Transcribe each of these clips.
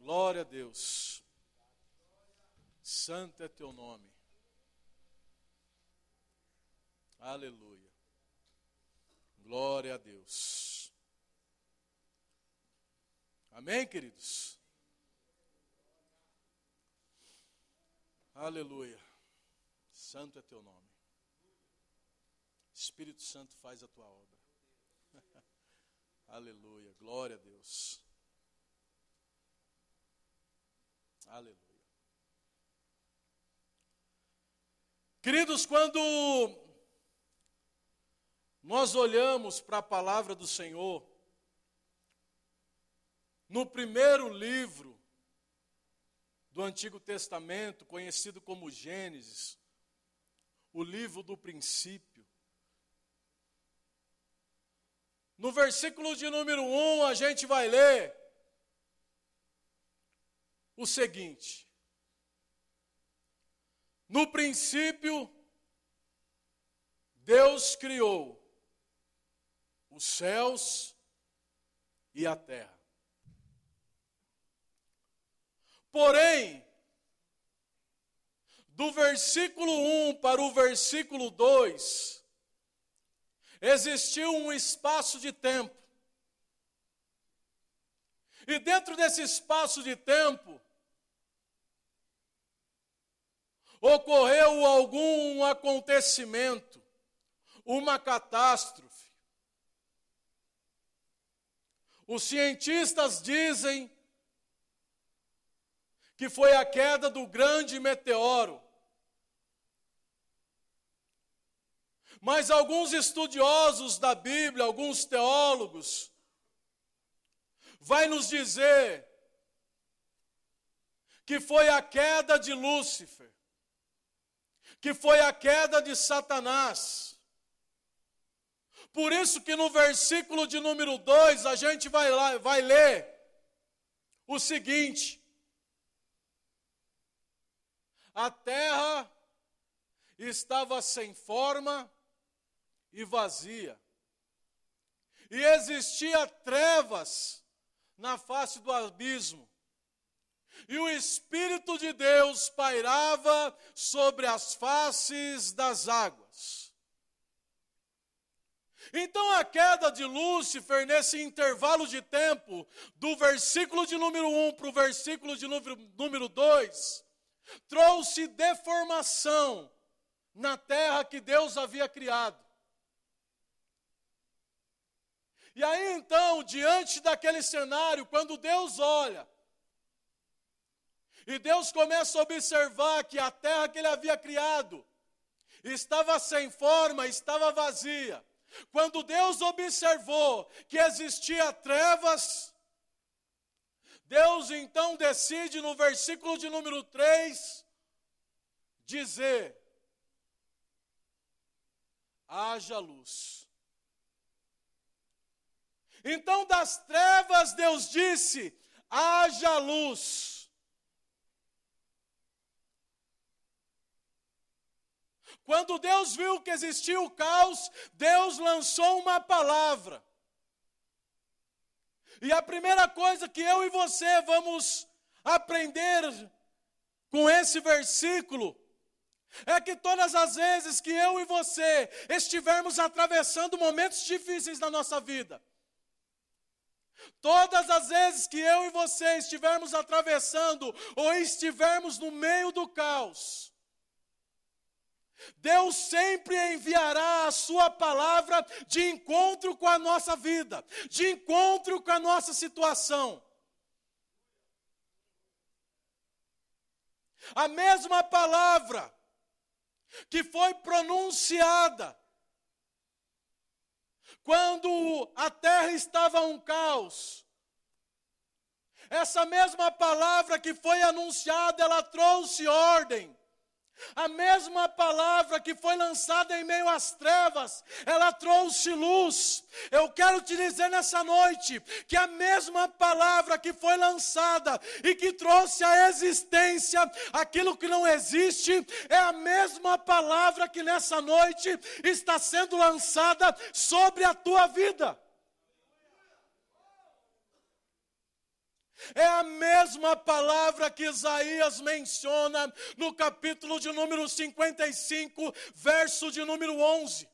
Glória a Deus. Santo é teu nome. Aleluia. Glória a Deus. Amém, queridos? Aleluia. Santo é teu nome. Espírito Santo faz a tua obra. Aleluia. Glória a Deus. Aleluia. Queridos, quando nós olhamos para a palavra do Senhor, no primeiro livro do Antigo Testamento, conhecido como Gênesis, o livro do princípio, no versículo de número 1, a gente vai ler o seguinte: no princípio, Deus criou os céus e a terra. Porém, do versículo 1 para o versículo 2, existiu um espaço de tempo. E dentro desse espaço de tempo, ocorreu algum acontecimento, uma catástrofe. Os cientistas dizem que foi a queda do grande meteoro. Mas alguns estudiosos da Bíblia, alguns teólogos, vai nos dizer que foi a queda de Lúcifer, que foi a queda de Satanás. Por isso que no versículo de número 2, a gente vai ler o seguinte: a terra estava sem forma e vazia, e existia trevas na face do abismo, e o Espírito de Deus pairava sobre as faces das águas. Então a queda de Lúcifer, nesse intervalo de tempo, do versículo de número 1 para o versículo de número 2, trouxe deformação na terra que Deus havia criado. E aí então, diante daquele cenário, quando Deus olha, e Deus começa a observar que a terra que ele havia criado estava sem forma, estava vazia. Quando Deus observou que existia trevas, Deus então decide no versículo de número 3 dizer: haja luz. Então das trevas Deus disse: haja luz. Quando Deus viu que existia o caos, Deus lançou uma palavra. E a primeira coisa que eu e você vamos aprender com esse versículo é que todas as vezes que eu e você estivermos atravessando momentos difíceis na nossa vida, todas as vezes que eu e você estivermos atravessando ou estivermos no meio do caos, Deus sempre enviará a sua palavra de encontro com a nossa vida, de encontro com a nossa situação. A mesma palavra que foi pronunciada quando a terra estava um caos, essa mesma palavra que foi anunciada, ela trouxe ordem. A mesma palavra que foi lançada em meio às trevas, ela trouxe luz. Eu quero te dizer nessa noite que a mesma palavra que foi lançada e que trouxe à existência aquilo que não existe, é a mesma palavra que nessa noite está sendo lançada sobre a tua vida. É a mesma palavra que Isaías menciona no capítulo de número 55, verso de número 11.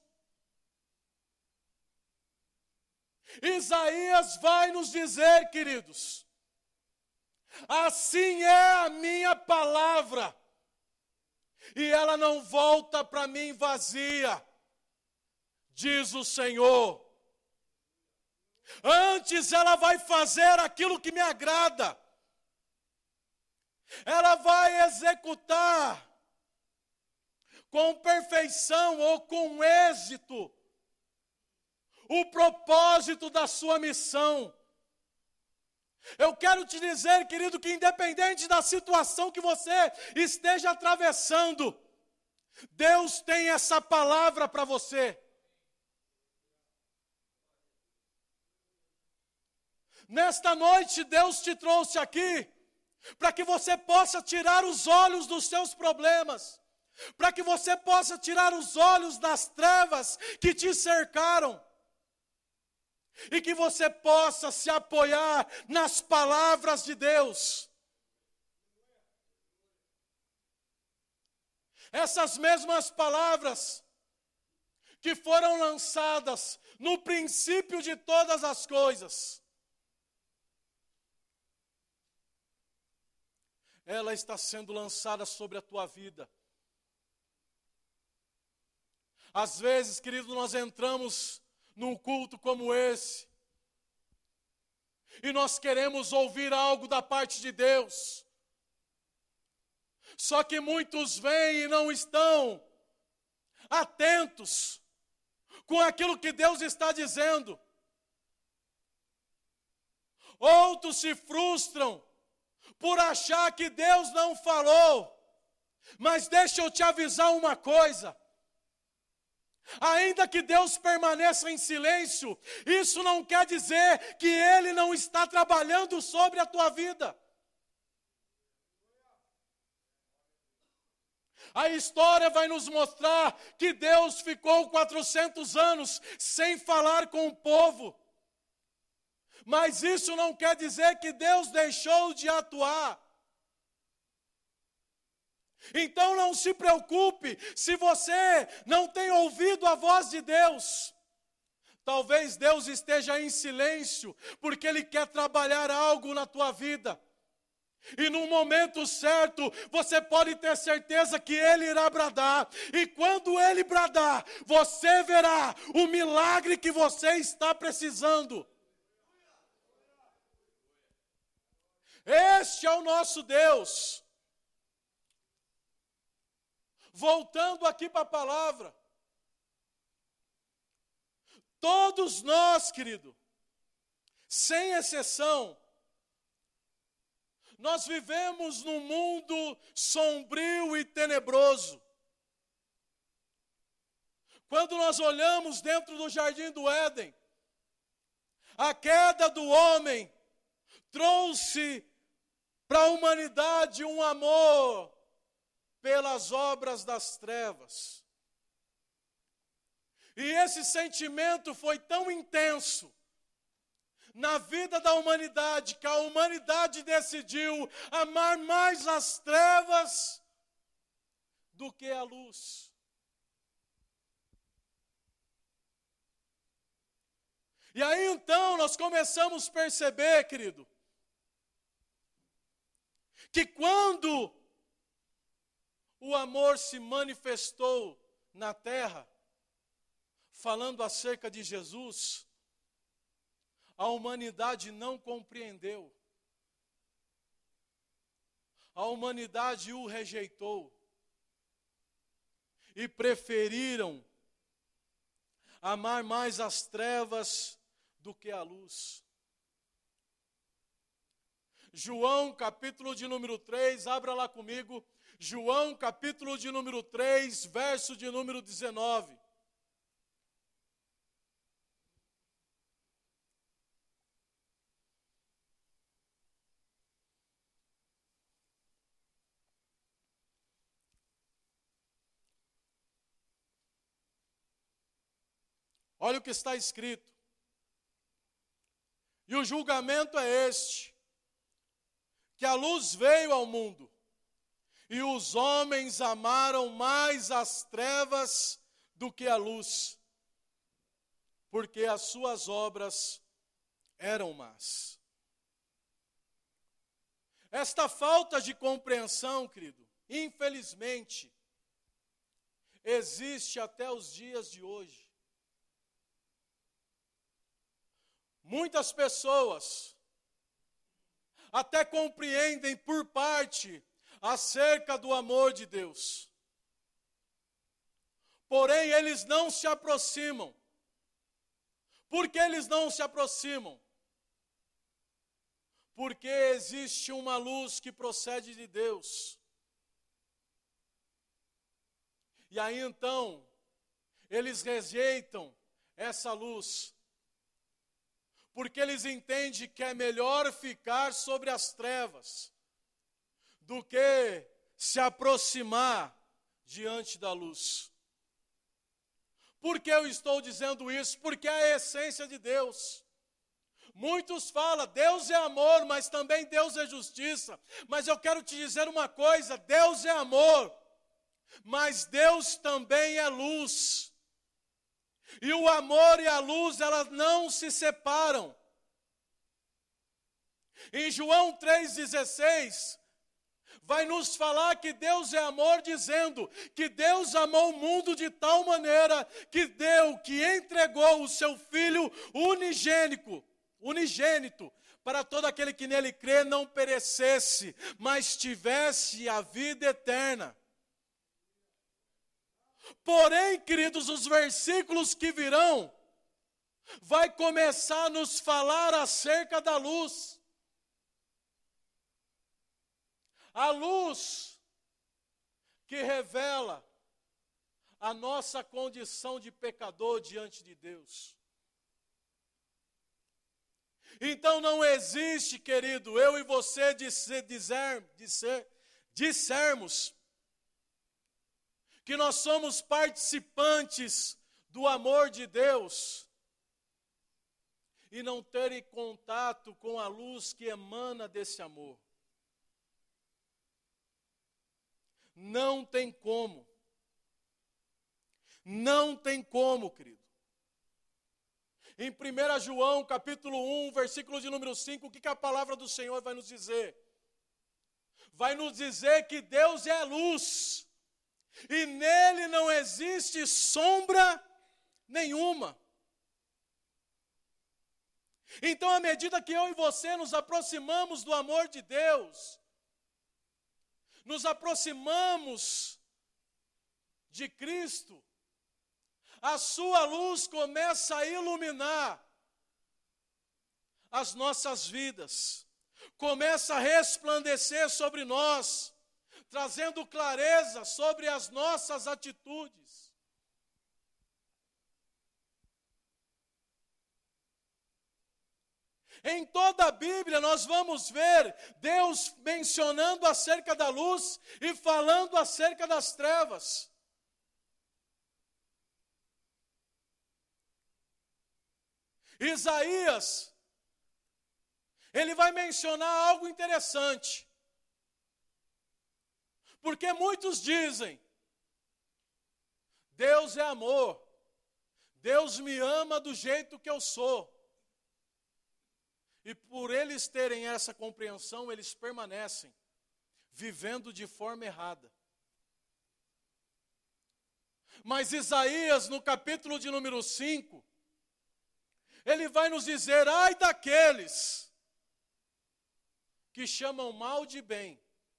Isaías vai nos dizer, queridos, assim é a minha palavra, e ela não volta para mim vazia, diz o Senhor. Antes ela vai fazer aquilo que me agrada. Ela vai executar com perfeição ou com êxito o propósito da sua missão. Eu quero te dizer, querido, que independente da situação que você esteja atravessando, Deus tem essa palavra para você. Nesta noite, Deus te trouxe aqui para que você possa tirar os olhos dos seus problemas, para que você possa tirar os olhos das trevas que te cercaram, e que você possa se apoiar nas palavras de Deus. Essas mesmas palavras que foram lançadas no princípio de todas as coisas, ela está sendo lançada sobre a tua vida. Às vezes, querido, nós entramos num culto como esse, e nós queremos ouvir algo da parte de Deus. Só que muitos vêm e não estão atentos com aquilo que Deus está dizendo. Outros se frustram por achar que Deus não falou. Mas deixa eu te avisar uma coisa. Ainda que Deus permaneça em silêncio, isso não quer dizer que Ele não está trabalhando sobre a tua vida. A história vai nos mostrar que Deus ficou 400 anos sem falar com o povo. Mas isso não quer dizer que Deus deixou de atuar. Então não se preocupe se você não tem ouvido a voz de Deus. Talvez Deus esteja em silêncio, porque Ele quer trabalhar algo na tua vida. E no momento certo, você pode ter certeza que Ele irá bradar. E quando Ele bradar, você verá o milagre que você está precisando. Este é o nosso Deus. Voltando aqui para a palavra. Todos nós, querido, sem exceção, nós vivemos num mundo sombrio e tenebroso. Quando nós olhamos dentro do jardim do Éden, a queda do homem trouxe para a humanidade um amor pelas obras das trevas. E esse sentimento foi tão intenso na vida da humanidade, que a humanidade decidiu amar mais as trevas do que a luz. E aí então nós começamos a perceber, querido, que quando o amor se manifestou na terra, falando acerca de Jesus, a humanidade não compreendeu. A humanidade o rejeitou. E preferiram amar mais as trevas do que a luz. João, capítulo de número 3, abra lá comigo. João, capítulo de número 3, verso de número 19. Olha o que está escrito. E o julgamento é este: a luz veio ao mundo, e os homens amaram mais as trevas do que a luz, porque as suas obras eram más. Esta falta de compreensão, querido, infelizmente, existe até os dias de hoje. Muitas pessoas até compreendem por parte acerca do amor de Deus. Porém, eles não se aproximam. Por que eles não se aproximam? Porque existe uma luz que procede de Deus. E aí então, eles rejeitam essa luz, porque eles entendem que é melhor ficar sobre as trevas do que se aproximar diante da luz. Por que eu estou dizendo isso? Porque é a essência de Deus. Muitos falam, Deus é amor, mas também Deus é justiça. Mas eu quero te dizer uma coisa, Deus é amor, mas Deus também é luz. E o amor e a luz, elas não se separam. Em João 3,16, vai nos falar que Deus é amor, dizendo que Deus amou o mundo de tal maneira que deu, que entregou o seu Filho unigênito, para todo aquele que nele crê não perecesse, mas tivesse a vida eterna. Porém, queridos, os versículos que virão, vai começar a nos falar acerca da luz. A luz que revela a nossa condição de pecador diante de Deus. Então não existe, querido, eu e você dissermos que nós somos participantes do amor de Deus e não terem contato com a luz que emana desse amor. Não tem como. Não tem como, querido. Em 1 João, capítulo 1, versículo de número 5, o que a palavra do Senhor vai nos dizer? Vai nos dizer que Deus é a luz, e nele não existe sombra nenhuma. Então, à medida que eu e você nos aproximamos do amor de Deus, nos aproximamos de Cristo, a sua luz começa a iluminar as nossas vidas, começa a resplandecer sobre nós, trazendo clareza sobre as nossas atitudes. Em toda a Bíblia nós vamos ver Deus mencionando acerca da luz e falando acerca das trevas. Isaías, ele vai mencionar algo interessante. Porque muitos dizem, Deus é amor, Deus me ama do jeito que eu sou. E por eles terem essa compreensão, eles permanecem vivendo de forma errada. Mas Isaías, no capítulo de número 5, ele vai nos dizer, ai daqueles que chamam mal de bem.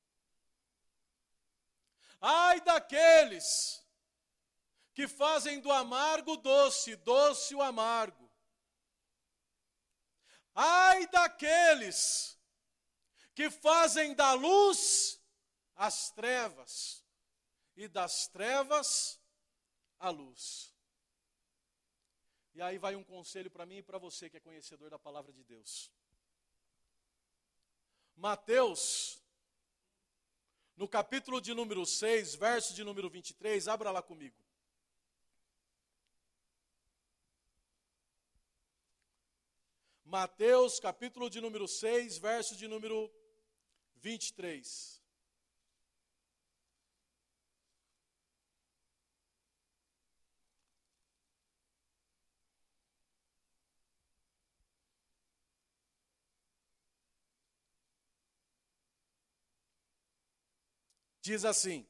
Ai daqueles que fazem do amargo doce, doce o amargo. Ai daqueles que fazem da luz as trevas e das trevas a luz. E aí vai um conselho para mim e para você que é conhecedor da palavra de Deus. Mateus, no capítulo de número 6, verso de número 23, abra lá comigo. Mateus, capítulo de número 6, verso de número 23. Diz assim: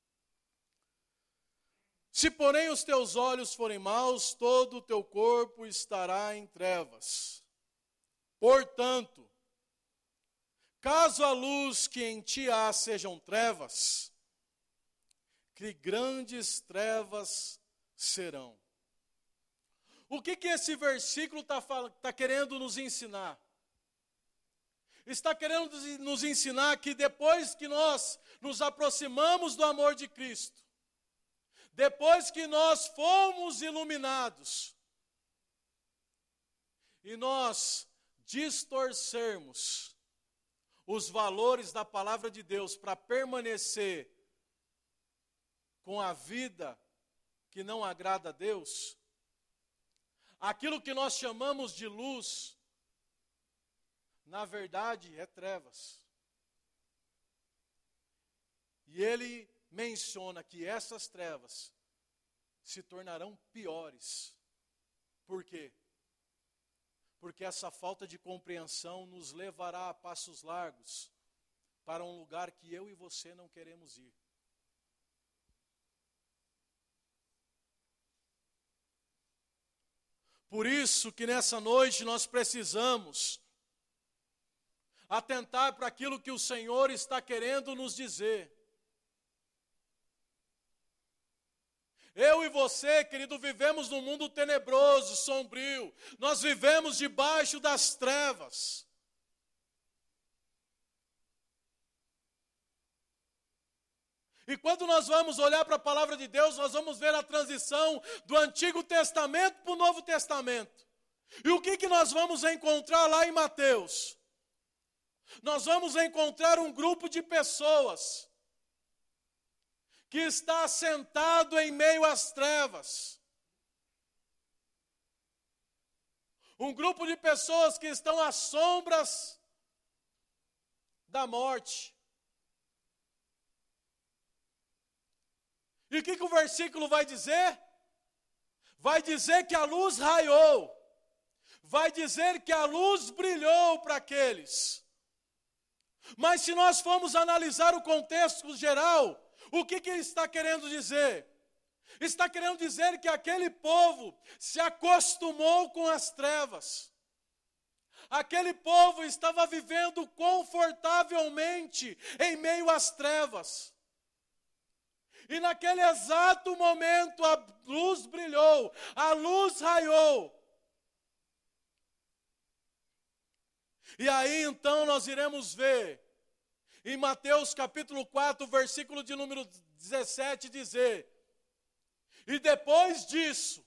se porém os teus olhos forem maus, todo o teu corpo estará em trevas. Portanto, caso a luz que em ti há sejam trevas, que grandes trevas serão. O que esse versículo está querendo nos ensinar? Está querendo nos ensinar que depois que nós nos aproximamos do amor de Cristo, depois que nós fomos iluminados, e nós distorcermos os valores da palavra de Deus para permanecer com a vida que não agrada a Deus, aquilo que nós chamamos de luz, na verdade é trevas. E ele menciona que essas trevas se tornarão piores. Por quê? Porque essa falta de compreensão nos levará a passos largos para um lugar que eu e você não queremos ir. Por isso que nessa noite nós precisamos atentar para aquilo que o Senhor está querendo nos dizer. Eu e você, querido, vivemos num mundo tenebroso, sombrio. Nós vivemos debaixo das trevas. E quando nós vamos olhar para a palavra de Deus, nós vamos ver a transição do Antigo Testamento para o Novo Testamento. E o que nós vamos encontrar lá em Mateus? Nós vamos encontrar um grupo de pessoas que está sentado em meio às trevas. Um grupo de pessoas que estão às sombras da morte. E o que o versículo vai dizer? Vai dizer que a luz raiou. Vai dizer que a luz brilhou para aqueles. Mas se nós formos analisar o contexto geral, o que ele está querendo dizer? Está querendo dizer que aquele povo se acostumou com as trevas. Aquele povo estava vivendo confortavelmente em meio às trevas. E naquele exato momento a luz brilhou, a luz raiou. E aí então nós iremos ver, em Mateus capítulo 4, versículo de número 17, dizer: e depois disso,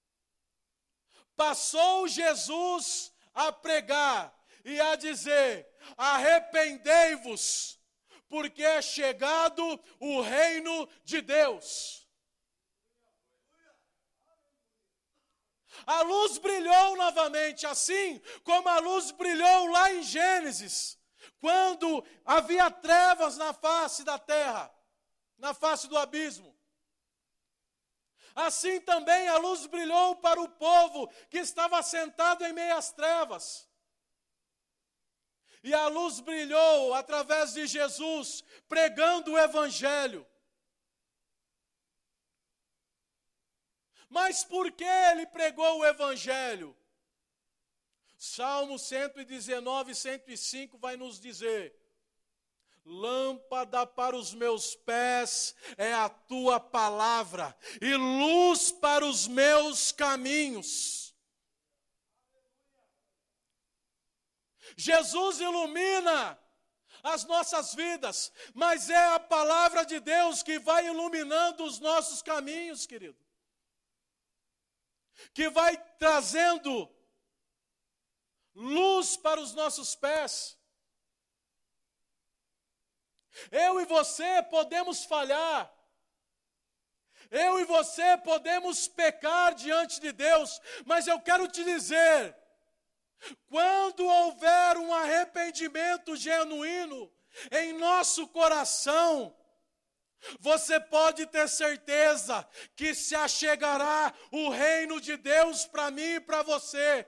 passou Jesus a pregar e a dizer: arrependei-vos, porque é chegado o reino de Deus. A luz brilhou novamente, assim como a luz brilhou lá em Gênesis, quando havia trevas na face da terra, na face do abismo. Assim também a luz brilhou para o povo que estava sentado em meio às trevas. E a luz brilhou através de Jesus, pregando o Evangelho. Mas por que ele pregou o Evangelho? Salmo 119, 105 vai nos dizer: lâmpada para os meus pés é a tua palavra, e luz para os meus caminhos. Jesus ilumina as nossas vidas, mas é a palavra de Deus que vai iluminando os nossos caminhos, querido. Que vai trazendo luz para os nossos pés. Eu e você podemos falhar. Eu e você podemos pecar diante de Deus, mas eu quero te dizer, quando houver um arrependimento genuíno, em nosso coração, você pode ter certeza que se achegará o reino de Deus para mim e para você.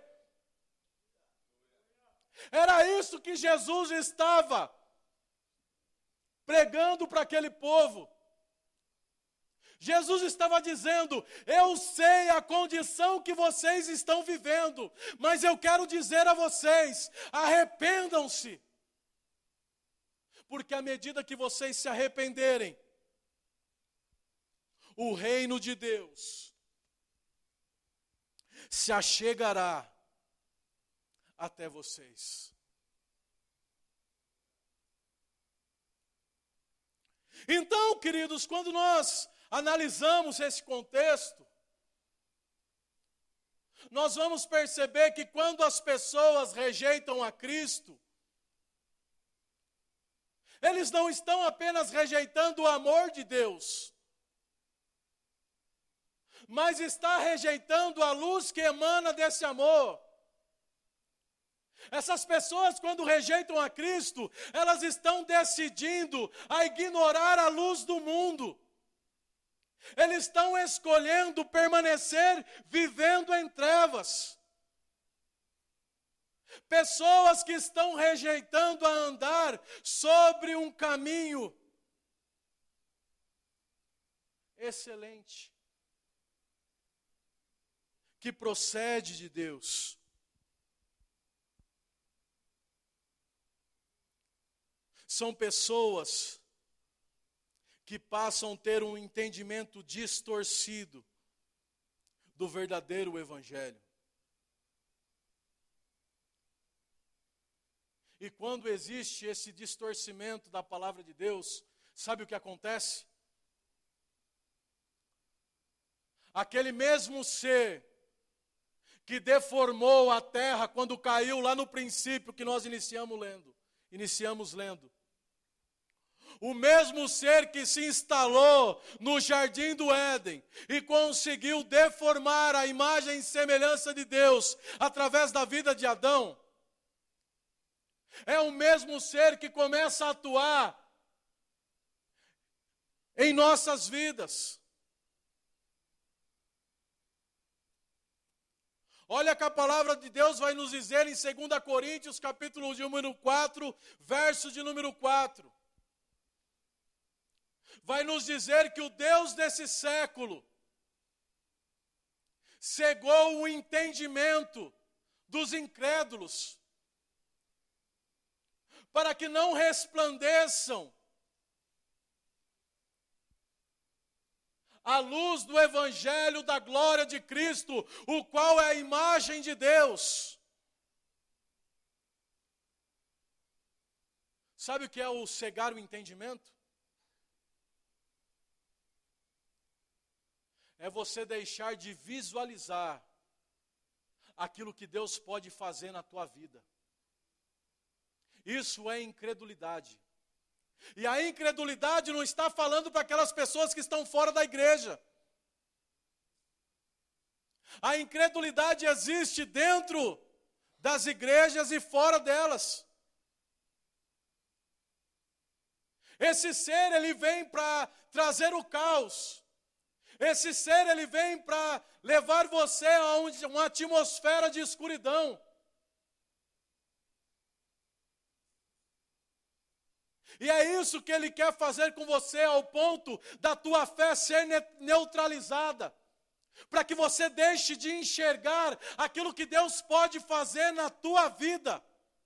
Era isso que Jesus estava pregando para aquele povo. Jesus estava dizendo: eu sei a condição que vocês estão vivendo, mas eu quero dizer a vocês, arrependam-se. Porque à medida que vocês se arrependerem, o reino de Deus se achegará até vocês. Então, queridos, quando nós analisamos esse contexto, nós vamos perceber que quando as pessoas rejeitam a Cristo, eles não estão apenas rejeitando o amor de Deus, mas está rejeitando a luz que emana desse amor. Essas pessoas, quando rejeitam a Cristo, elas estão decidindo a ignorar a luz do mundo. Eles estão escolhendo permanecer vivendo em trevas. Pessoas que estão rejeitando a andar sobre um caminho excelente, que procede de Deus. São pessoas que passam a ter um entendimento distorcido do verdadeiro evangelho. E quando existe esse distorcimento da palavra de Deus, sabe o que acontece? Aquele mesmo ser que deformou a terra quando caiu lá no princípio que nós iniciamos lendo. O mesmo ser que se instalou no jardim do Éden e conseguiu deformar a imagem e semelhança de Deus através da vida de Adão, é o mesmo ser que começa a atuar em nossas vidas. Olha que a palavra de Deus vai nos dizer em 2 Coríntios, capítulo de número 4, verso de número 4. Vai nos dizer que o Deus desse século cegou o entendimento dos incrédulos, para que não resplandeçam a luz do evangelho da glória de Cristo, o qual é a imagem de Deus. Sabe o que é o cegar o entendimento? É você deixar de visualizar aquilo que Deus pode fazer na tua vida. Isso é incredulidade. E a incredulidade não está falando para aquelas pessoas que estão fora da igreja. A incredulidade existe dentro das igrejas e fora delas. Esse ser, ele vem para trazer o caos. Esse ser, ele vem para levar você a uma atmosfera de escuridão. E é isso que ele quer fazer com você, ao ponto da tua fé ser neutralizada, para que você deixe de enxergar aquilo que Deus pode fazer na tua vida.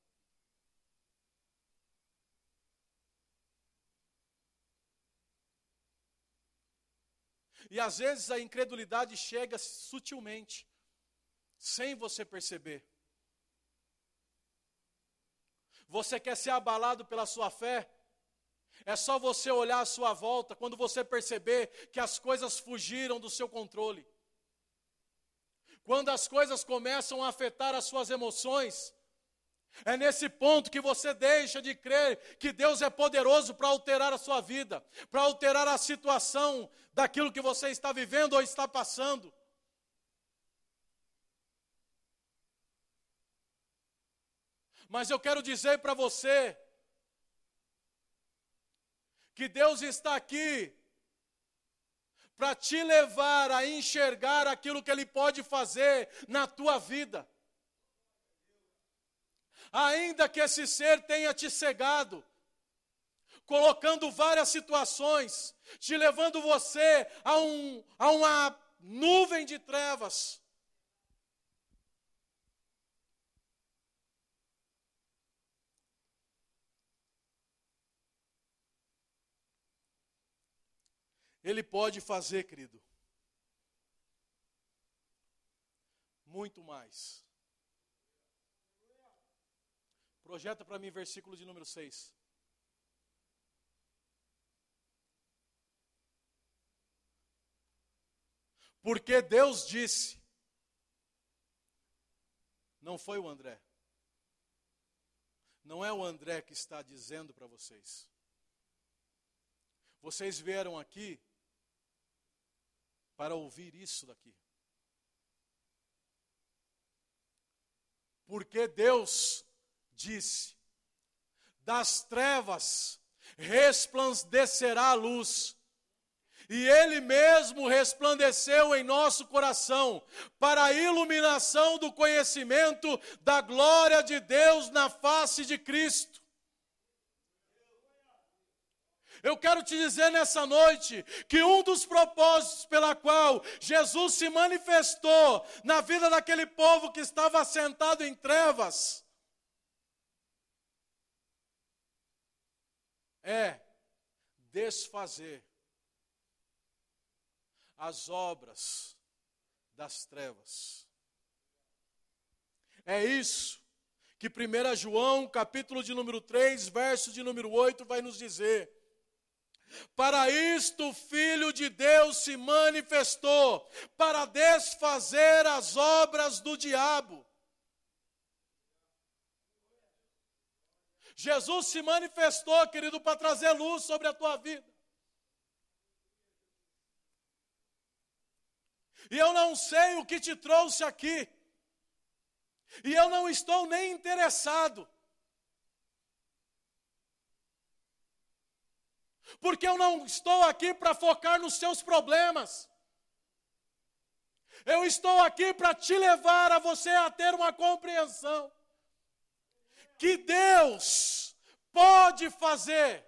E às vezes a incredulidade chega sutilmente, sem você perceber. Você quer ser abalado pela sua fé? É só você olhar à sua volta, quando você perceber que as coisas fugiram do seu controle. Quando as coisas começam a afetar as suas emoções, é nesse ponto que você deixa de crer que Deus é poderoso para alterar a sua vida, para alterar a situação daquilo que você está vivendo ou está passando. Mas eu quero dizer para você que Deus está aqui para te levar a enxergar aquilo que Ele pode fazer na tua vida. Ainda que esse ser tenha te cegado, colocando várias situações, te levando você a uma nuvem de trevas. Ele pode fazer, querido, muito mais. Projeta para mim versículo de número 6. Porque Deus disse, não foi o André. Não é o André que está dizendo para vocês. Vocês vieram aqui para ouvir isso daqui. Porque Deus disse, das trevas resplandecerá a luz, e Ele mesmo resplandeceu em nosso coração, para a iluminação do conhecimento da glória de Deus na face de Cristo. Eu quero te dizer nessa noite que um dos propósitos pela qual Jesus se manifestou na vida daquele povo que estava assentado em trevas é desfazer as obras das trevas. É isso que 1 João, capítulo de número 3, verso de número 8, vai nos dizer. Para isto o Filho de Deus se manifestou, para desfazer as obras do diabo. Jesus se manifestou, querido, para trazer luz sobre a tua vida. E eu não sei o que te trouxe aqui. E eu não estou nem interessado. Porque eu não estou aqui para focar nos seus problemas. Eu estou aqui para te levar a você a ter uma compreensão que Deus pode fazer.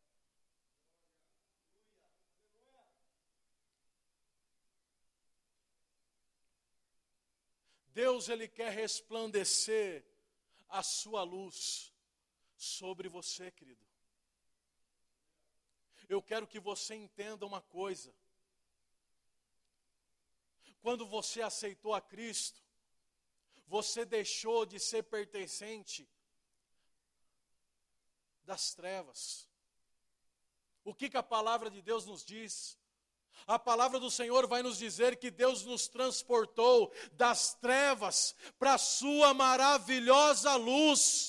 Deus, Ele quer resplandecer a sua luz sobre você, querido. Eu quero que você entenda uma coisa. Quando você aceitou a Cristo, você deixou de ser pertencente das trevas. O que a palavra de Deus nos diz? A palavra do Senhor vai nos dizer que Deus nos transportou das trevas para a sua maravilhosa luz.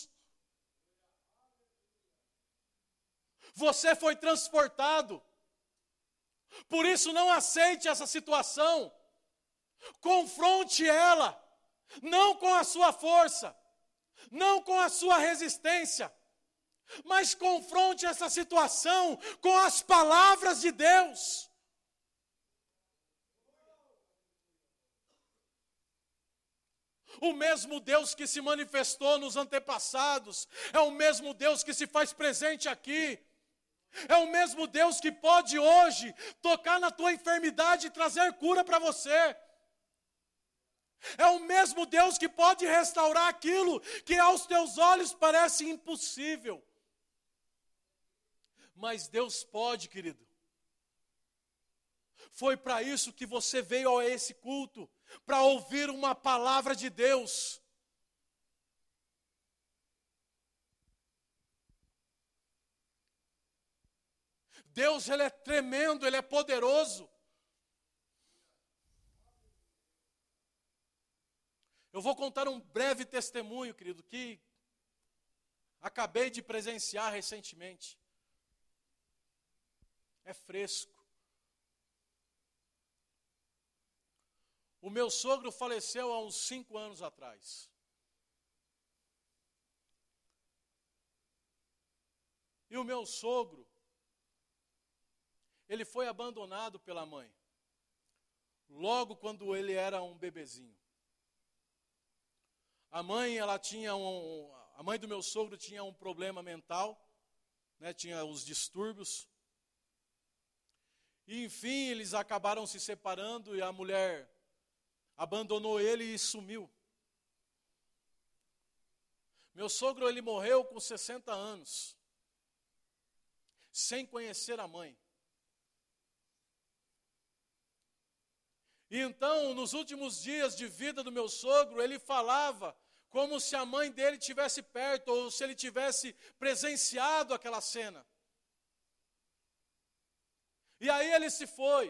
Você foi transportado. Por isso não aceite essa situação. Confronte ela. Não com a sua força. Não com a sua resistência. Mas confronte essa situação com as palavras de Deus. O mesmo Deus que se manifestou nos antepassados é o mesmo Deus que se faz presente aqui. É o mesmo Deus que pode hoje tocar na tua enfermidade e trazer cura para você. É o mesmo Deus que pode restaurar aquilo que aos teus olhos parece impossível. Mas Deus pode, querido. Foi para isso que você veio a esse culto, para ouvir uma palavra de Deus. Deus, Ele é tremendo, Ele é poderoso. Eu vou contar um breve testemunho, querido, que acabei de presenciar recentemente. É fresco. O meu sogro faleceu há uns 5 anos atrás. E o meu sogro ele foi abandonado pela mãe, logo quando ele era um bebezinho. A mãe, a mãe do meu sogro tinha um problema mental, né, tinha os distúrbios. E, enfim, eles acabaram se separando e a mulher abandonou ele e sumiu. Meu sogro, ele morreu com 60 anos, sem conhecer a mãe. E então, nos últimos dias de vida do meu sogro, ele falava como se a mãe dele estivesse perto, ou se ele tivesse presenciado aquela cena. E aí ele se foi.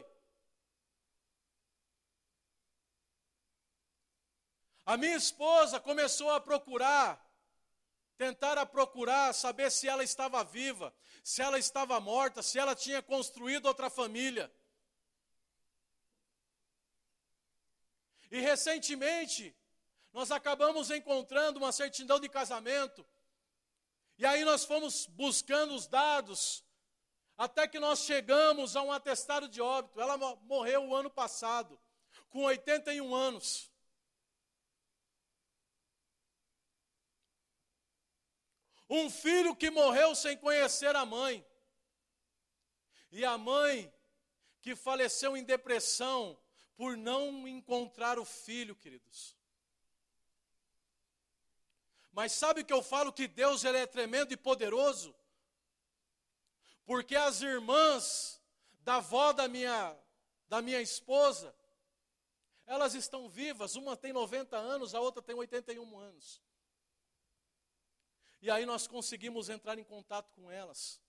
A minha esposa começou a tentar procurar, saber se ela estava viva, se ela estava morta, se ela tinha construído outra família. E recentemente, nós acabamos encontrando uma certidão de casamento. E aí nós fomos buscando os dados, até que nós chegamos a um atestado de óbito. Ela morreu o ano passado, com 81 anos. Um filho que morreu sem conhecer a mãe. E a mãe que faleceu em depressão por não encontrar o filho, queridos. Mas sabe que eu falo que Deus, ele é tremendo e poderoso? Porque as irmãs da avó da minha esposa, elas estão vivas. Uma tem 90 anos, a outra tem 81 anos. E aí nós conseguimos entrar em contato com elas.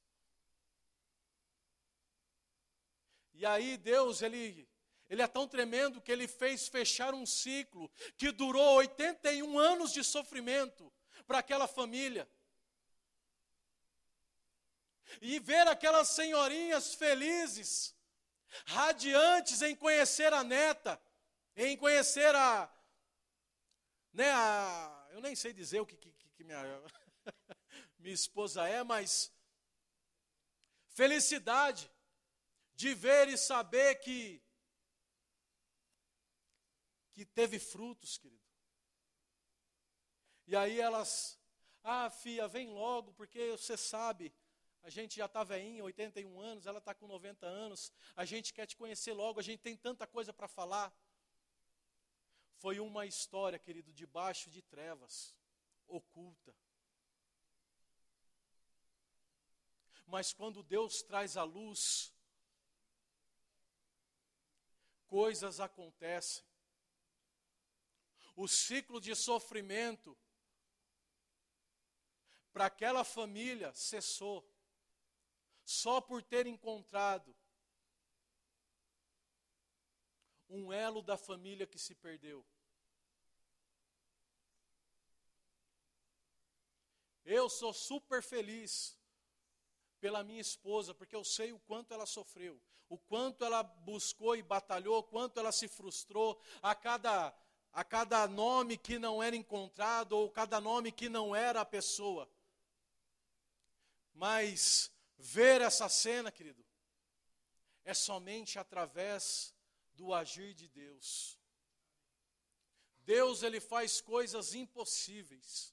E aí Deus, ele é tão tremendo que ele fez fechar um ciclo que durou 81 anos de sofrimento para aquela família. E ver aquelas senhorinhas felizes, radiantes em conhecer a neta, em conhecer eu nem sei dizer o que minha esposa é, mas felicidade de ver e saber que teve frutos, querido. E aí elas, filha, vem logo, porque você sabe, a gente já está velhinha, 81 anos, ela está com 90 anos, a gente quer te conhecer logo, a gente tem tanta coisa para falar. Foi uma história, querido, debaixo de trevas, oculta. Mas quando Deus traz a luz, coisas acontecem. O ciclo de sofrimento para aquela família cessou, só por ter encontrado um elo da família que se perdeu. Eu sou super feliz pela minha esposa, porque eu sei o quanto ela sofreu, o quanto ela buscou e batalhou, o quanto ela se frustrou a cada nome que não era encontrado, ou cada nome que não era a pessoa. Mas ver essa cena, querido, é somente através do agir de Deus. Deus, ele faz coisas impossíveis.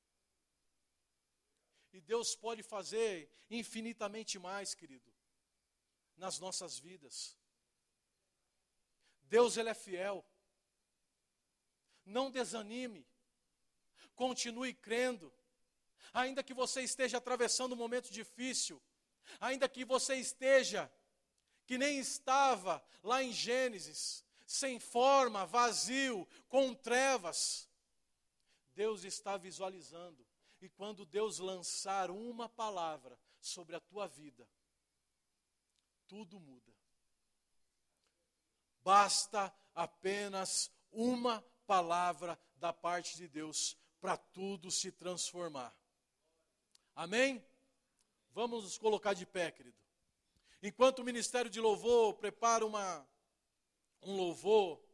E Deus pode fazer infinitamente mais, querido, nas nossas vidas. Deus, ele é fiel. Não desanime. Continue crendo. Ainda que você esteja atravessando um momento difícil, ainda que você esteja, que nem estava lá em Gênesis, sem forma, vazio, com trevas, Deus está visualizando. E quando Deus lançar uma palavra sobre a tua vida, tudo muda. Basta apenas uma palavra da parte de Deus para tudo se transformar. Amém? Vamos nos colocar de pé, querido. Enquanto o Ministério de Louvor prepara um louvor,